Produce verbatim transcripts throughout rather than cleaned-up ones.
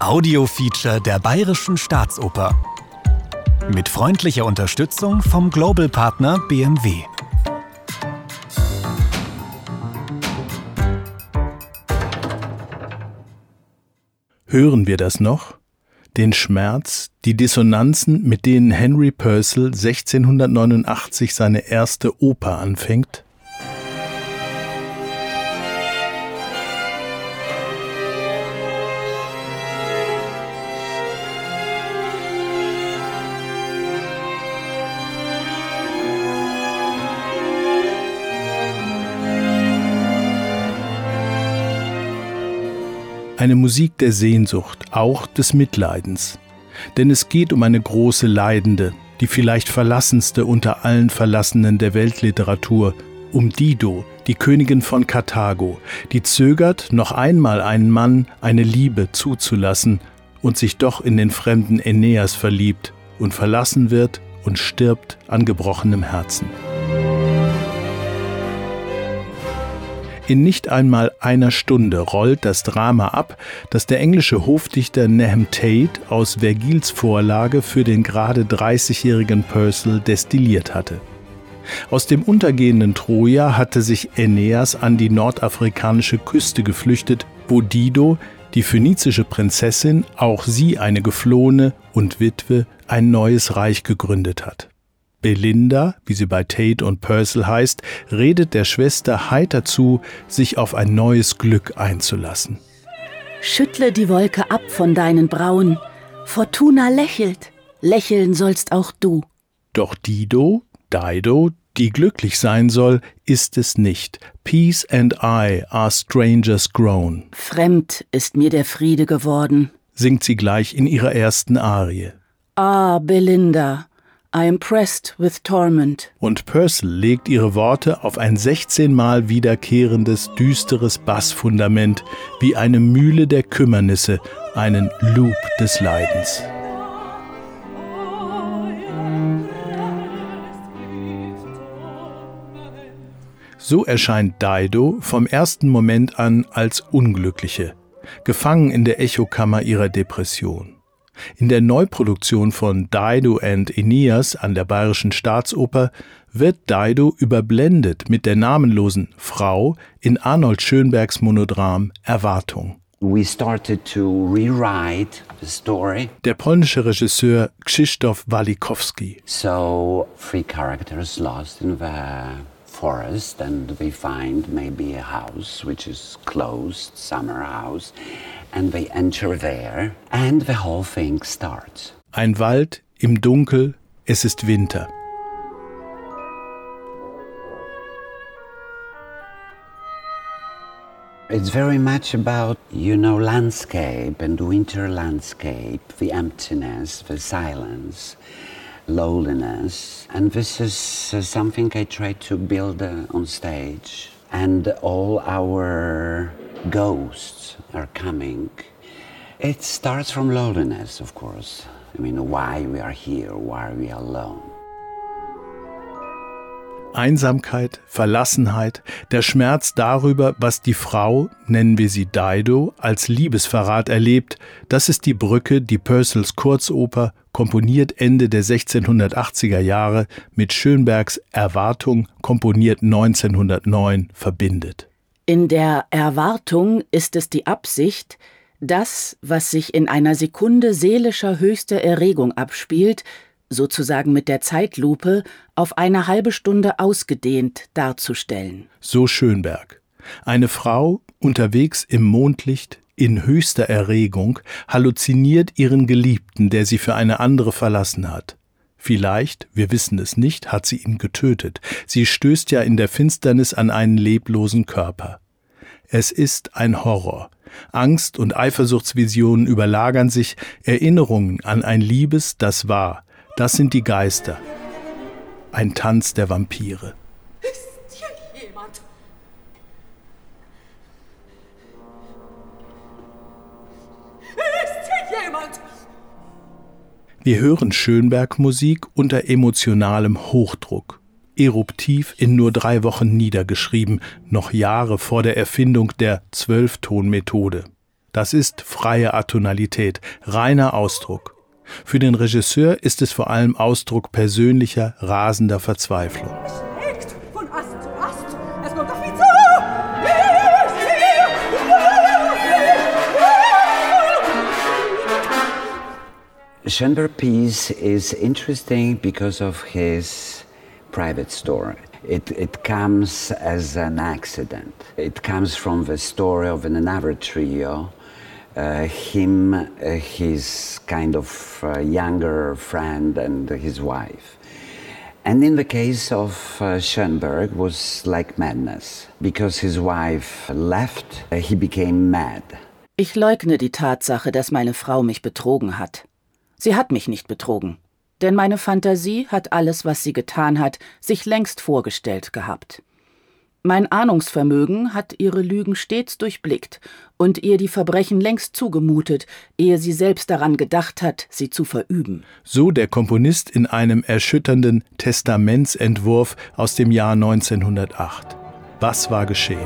Audio-Feature der Bayerischen Staatsoper. Mit freundlicher Unterstützung vom Global-Partner B M W. Hören wir das noch? Den Schmerz, die Dissonanzen, mit denen Henry Purcell sechzehnhundertneunundachtzig seine erste Oper anfängt? Eine Musik der Sehnsucht, auch des Mitleidens. Denn es geht um eine große Leidende, die vielleicht verlassenste unter allen Verlassenen der Weltliteratur, um Dido, die Königin von Karthago, die zögert, noch einmal einen Mann, eine Liebe zuzulassen und sich doch in den fremden Aeneas verliebt und verlassen wird und stirbt an gebrochenem Herzen. In nicht einmal einer Stunde rollt das Drama ab, das der englische Hofdichter Nahum Tate aus Vergils Vorlage für den gerade dreißigjährigen Purcell destilliert hatte. Aus dem untergehenden Troja hatte sich Aeneas an die nordafrikanische Küste geflüchtet, wo Dido, die phönizische Prinzessin, auch sie eine geflohene und Witwe, ein neues Reich gegründet hat. Belinda, wie sie bei Tate und Purcell heißt, redet der Schwester heiter zu, sich auf ein neues Glück einzulassen. Schüttle die Wolke ab von deinen Brauen. Fortuna lächelt. Lächeln sollst auch du. Doch Dido, Dido, die glücklich sein soll, ist es nicht. Peace and I are strangers grown. Fremd ist mir der Friede geworden, singt sie gleich in ihrer ersten Arie. Ah, Belinda, I am pressed with torment. Und Purcell legt ihre Worte auf ein sechzehnmal wiederkehrendes, düsteres Bassfundament, wie eine Mühle der Kümmernisse, einen Loop des Leidens. So erscheint Dido vom ersten Moment an als Unglückliche, gefangen in der Echokammer ihrer Depression. In der Neuproduktion von Dido and Aeneas an der Bayerischen Staatsoper wird Dido überblendet mit der namenlosen Frau in Arnold Schönbergs Monodram Erwartung. We started to rewrite the story. Der polnische Regisseur Krzysztof Walikowski. So three characters lost in the forest and we find maybe a house which is closed, summer house, and they enter there and the whole thing starts. Ein Wald im Dunkel, es ist Winter. It's very much about, you know, landscape and winter landscape, the emptiness, the silence, loneliness. And this is uh, something I try to build uh, on stage. And all our ghosts are coming. It starts from loneliness, of course. I mean, why we are here, why we are alone. Einsamkeit, Verlassenheit, der Schmerz darüber, was die Frau, nennen wir sie Dido, als Liebesverrat erlebt, das ist die Brücke, die Purcells Kurzoper, komponiert Ende der sechzehnhundertachtziger Jahre, mit Schönbergs Erwartung, komponiert neunzehnhundertneun, verbindet. In der Erwartung ist es die Absicht, das, was sich in einer Sekunde seelischer höchster Erregung abspielt, sozusagen mit der Zeitlupe, auf eine halbe Stunde ausgedehnt darzustellen. So Schönberg. Eine Frau, unterwegs im Mondlicht, in höchster Erregung, halluziniert ihren Geliebten, der sie für eine andere verlassen hat. Vielleicht, wir wissen es nicht, hat sie ihn getötet. Sie stößt ja in der Finsternis an einen leblosen Körper. Es ist ein Horror. Angst und Eifersuchtsvisionen überlagern sich, Erinnerungen an ein Liebes, das war. Das sind die Geister. Ein Tanz der Vampire. Ist hier jemand? Ist hier jemand? Wir hören Schönberg-Musik unter emotionalem Hochdruck. Eruptiv in nur drei Wochen niedergeschrieben, noch Jahre vor der Erfindung der Zwölftonmethode. Das ist freie Atonalität, reiner Ausdruck. Für den Regisseur ist es vor allem Ausdruck persönlicher, rasender Verzweiflung. Schlägt von Ast zu Ast. Es kommt auf mich zu. Schoenberg's piece is interesting because of his private story. It, it comes as an accident. It comes from the story of another trio, uh, him, uh, his kind of uh, younger friend and his wife. And in the case of uh, Schoenberg was like madness. Because his wife left, uh, he became mad. Ich leugne die Tatsache, dass meine Frau mich betrogen hat. Sie hat mich nicht betrogen, denn meine Fantasie hat alles, was sie getan hat, sich längst vorgestellt gehabt. Mein Ahnungsvermögen hat ihre Lügen stets durchblickt und ihr die Verbrechen längst zugemutet, ehe sie selbst daran gedacht hat, sie zu verüben. So der Komponist in einem erschütternden Testamentsentwurf aus dem Jahr neunzehnhundertacht. Was war geschehen?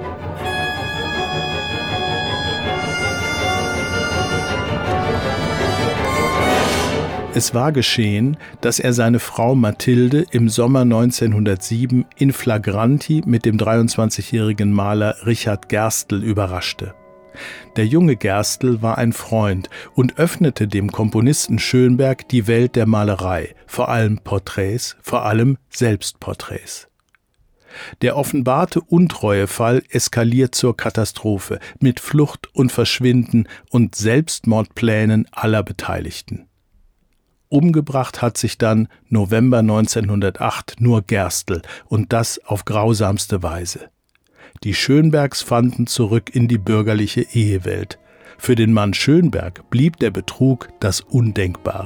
Es war geschehen, dass er seine Frau Mathilde im Sommer neunzehnhundertsieben in flagranti mit dem dreiundzwanzigjährigen Maler Richard Gerstl überraschte. Der junge Gerstl war ein Freund und öffnete dem Komponisten Schönberg die Welt der Malerei, vor allem Porträts, vor allem Selbstporträts. Der offenbarte Untreuefall eskaliert zur Katastrophe mit Flucht und Verschwinden und Selbstmordplänen aller Beteiligten. Umgebracht hat sich dann November neunzehnhundertacht nur Gerstl und das auf grausamste Weise. Die Schönbergs fanden zurück in die bürgerliche Ehewelt. Für den Mann Schönberg blieb der Betrug das Undenkbare.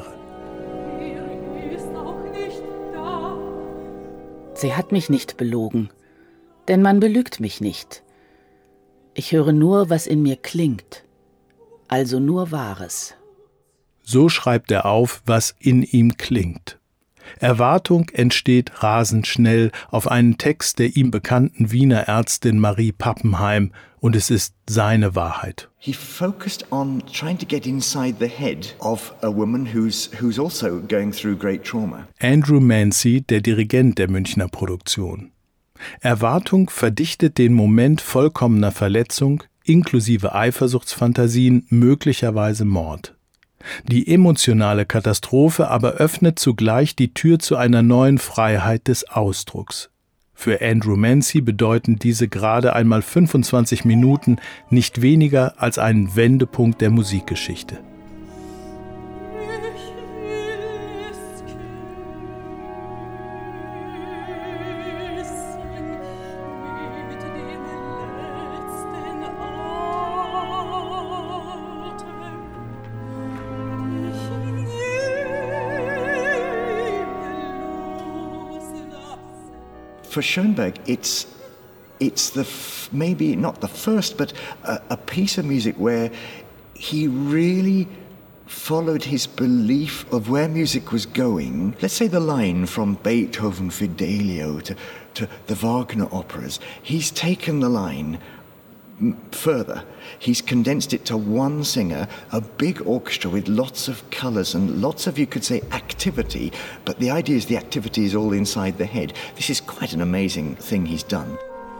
Sie hat mich nicht belogen, denn man belügt mich nicht. Ich höre nur, was in mir klingt, also nur Wahres. So schreibt er auf, was in ihm klingt. Erwartung entsteht rasend schnell auf einen Text der ihm bekannten Wiener Ärztin Marie Pappenheim und es ist seine Wahrheit. He focused on trying to get inside the head of a woman who's who's also going through great trauma. Andrew Mancy, der Dirigent der Münchner Produktion. Erwartung verdichtet den Moment vollkommener Verletzung, inklusive Eifersuchtsfantasien, möglicherweise Mord. Die emotionale Katastrophe aber öffnet zugleich die Tür zu einer neuen Freiheit des Ausdrucks. Für Andrew Mancy bedeuten diese gerade einmal fünfundzwanzig Minuten nicht weniger als einen Wendepunkt der Musikgeschichte. For Schoenberg, it's it's the f- maybe not the first, but a, a piece of music where he really followed his belief of where music was going. Let's say the line from Beethoven, Fidelio to, to the Wagner operas. He's taken the line further. He's condensed it to one singer, a big orchestra with lots of colours and lots of, you could say, activity, but the idea is the activity is all inside the head. This is quite an amazing thing he's done.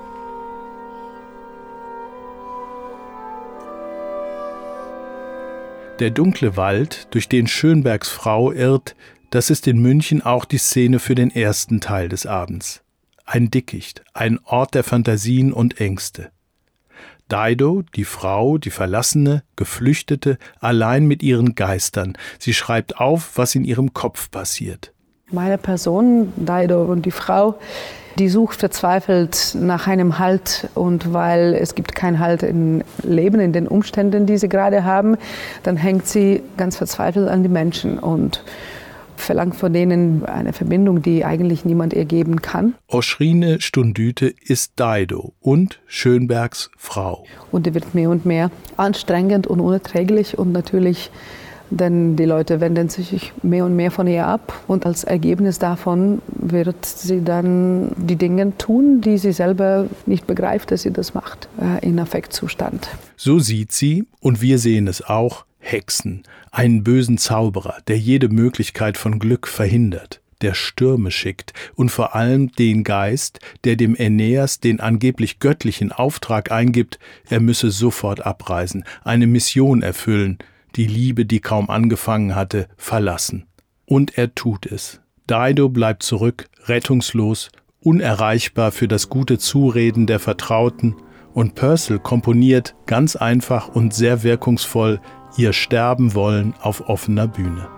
Der dunkle Wald, durch den Schönbergs Frau irrt, das ist in München auch die Szene für den ersten Teil des Abends. Ein Dickicht, ein Ort der Fantasien und Ängste. Dido, die Frau, die Verlassene, Geflüchtete, allein mit ihren Geistern. Sie schreibt auf, was in ihrem Kopf passiert. Meine Person, Dido und die Frau, die sucht verzweifelt nach einem Halt. Und weil es gibt keinen Halt im Leben, in den Umständen, die sie gerade haben, dann hängt sie ganz verzweifelt an die Menschen und verlangt von denen eine Verbindung, die eigentlich niemand ihr geben kann. Oschrine Stundüte ist Dido und Schönbergs Frau. Und die wird mehr und mehr anstrengend und unerträglich und natürlich denn die Leute wenden sich mehr und mehr von ihr ab und als Ergebnis davon wird sie dann die Dinge tun, die sie selber nicht begreift, dass sie das macht, in Affektzustand. So sieht sie, und wir sehen es auch, Hexen, einen bösen Zauberer, der jede Möglichkeit von Glück verhindert, der Stürme schickt und vor allem den Geist, der dem Aeneas den angeblich göttlichen Auftrag eingibt, er müsse sofort abreisen, eine Mission erfüllen, die Liebe, die kaum angefangen hatte, verlassen. Und er tut es. Dido bleibt zurück, rettungslos, unerreichbar für das gute Zureden der Vertrauten, und Purcell komponiert ganz einfach und sehr wirkungsvoll ihr Sterben wollen auf offener Bühne.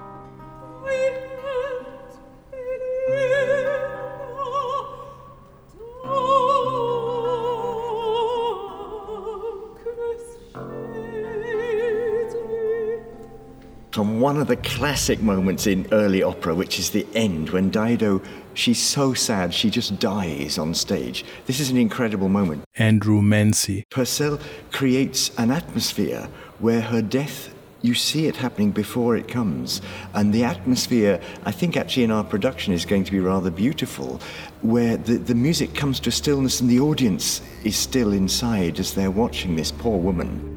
From one of the classic moments in early opera, which is the end, when Dido, she's so sad, she just dies on stage. This is an incredible moment. Andrew Mancy. Purcell creates an atmosphere where her death, you see it happening before it comes. And the atmosphere, I think actually in our production, is going to be rather beautiful, where the, the music comes to a stillness and the audience is still inside as they're watching this poor woman.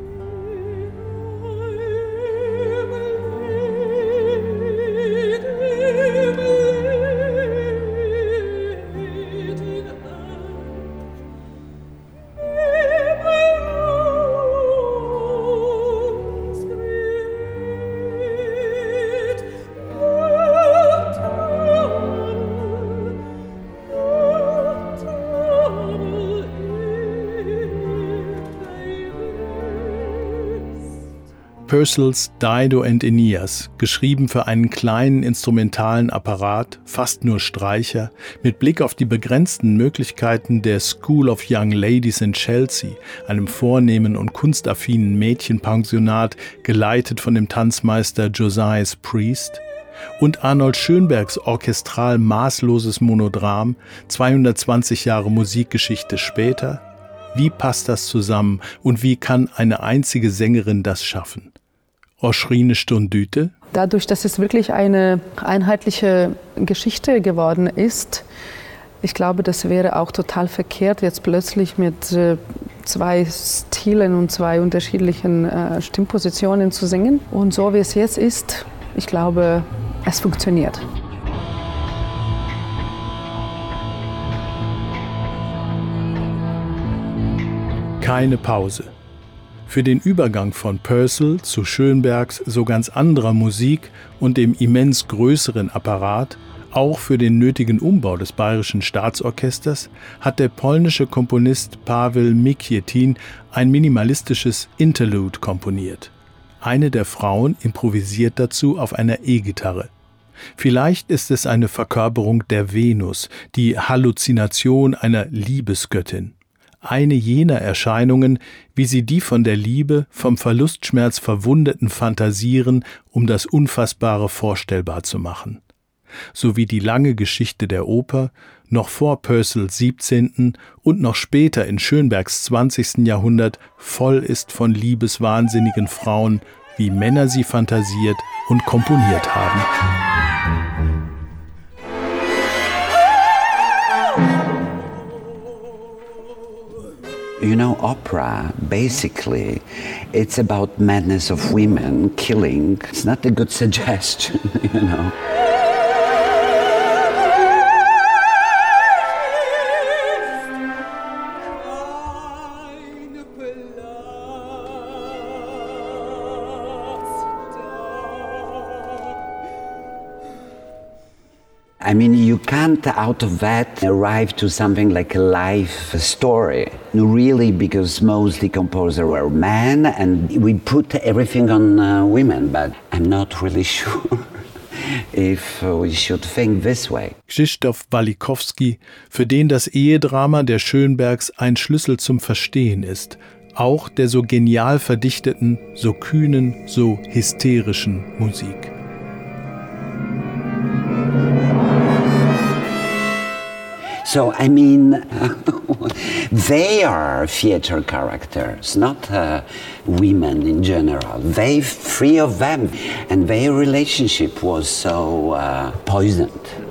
Purcells Dido and Aeneas, geschrieben für einen kleinen instrumentalen Apparat, fast nur Streicher, mit Blick auf die begrenzten Möglichkeiten der School of Young Ladies in Chelsea, einem vornehmen und kunstaffinen Mädchenpensionat, geleitet von dem Tanzmeister Josias Priest, und Arnold Schönbergs orchestral maßloses Monodram, zweihundertzwanzig Jahre Musikgeschichte später. Wie passt das zusammen und wie kann eine einzige Sängerin das schaffen? Oschrine Sturndüte? Dadurch, dass es wirklich eine einheitliche Geschichte geworden ist, ich glaube, das wäre auch total verkehrt, jetzt plötzlich mit äh, zwei Stilen und zwei unterschiedlichen äh, Stimmpositionen zu singen. Und so wie es jetzt ist, ich glaube, es funktioniert. Keine Pause. Für den Übergang von Purcell zu Schönbergs so ganz anderer Musik und dem immens größeren Apparat, auch für den nötigen Umbau des Bayerischen Staatsorchesters, hat der polnische Komponist Paweł Mikietin ein minimalistisches Interlude komponiert. Eine der Frauen improvisiert dazu auf einer E-Gitarre. Vielleicht ist es eine Verkörperung der Venus, die Halluzination einer Liebesgöttin. Eine jener Erscheinungen, wie sie die von der Liebe, vom Verlustschmerz Verwundeten fantasieren, um das Unfassbare vorstellbar zu machen. So wie die lange Geschichte der Oper, noch vor Purcells siebzehnten und noch später in Schönbergs zwanzigsten Jahrhundert voll ist von liebeswahnsinnigen Frauen, wie Männer sie fantasiert und komponiert haben. You know, opera, basically, it's about madness of women, killing. It's not a good suggestion, you know. I mean, you can't out of that arrive to something like a life story, really, because mostly composers were men and we put everything on uh, women, but I'm not really sure if we should think this way. Krzysztof Walikowski, für den das Ehedrama der Schönbergs ein Schlüssel zum Verstehen ist, auch der so genial verdichteten, so kühnen, so hysterischen Musik. So, I mean, they are theater characters, not uh, women in general. They, three of them, and their relationship was so uh, poisoned.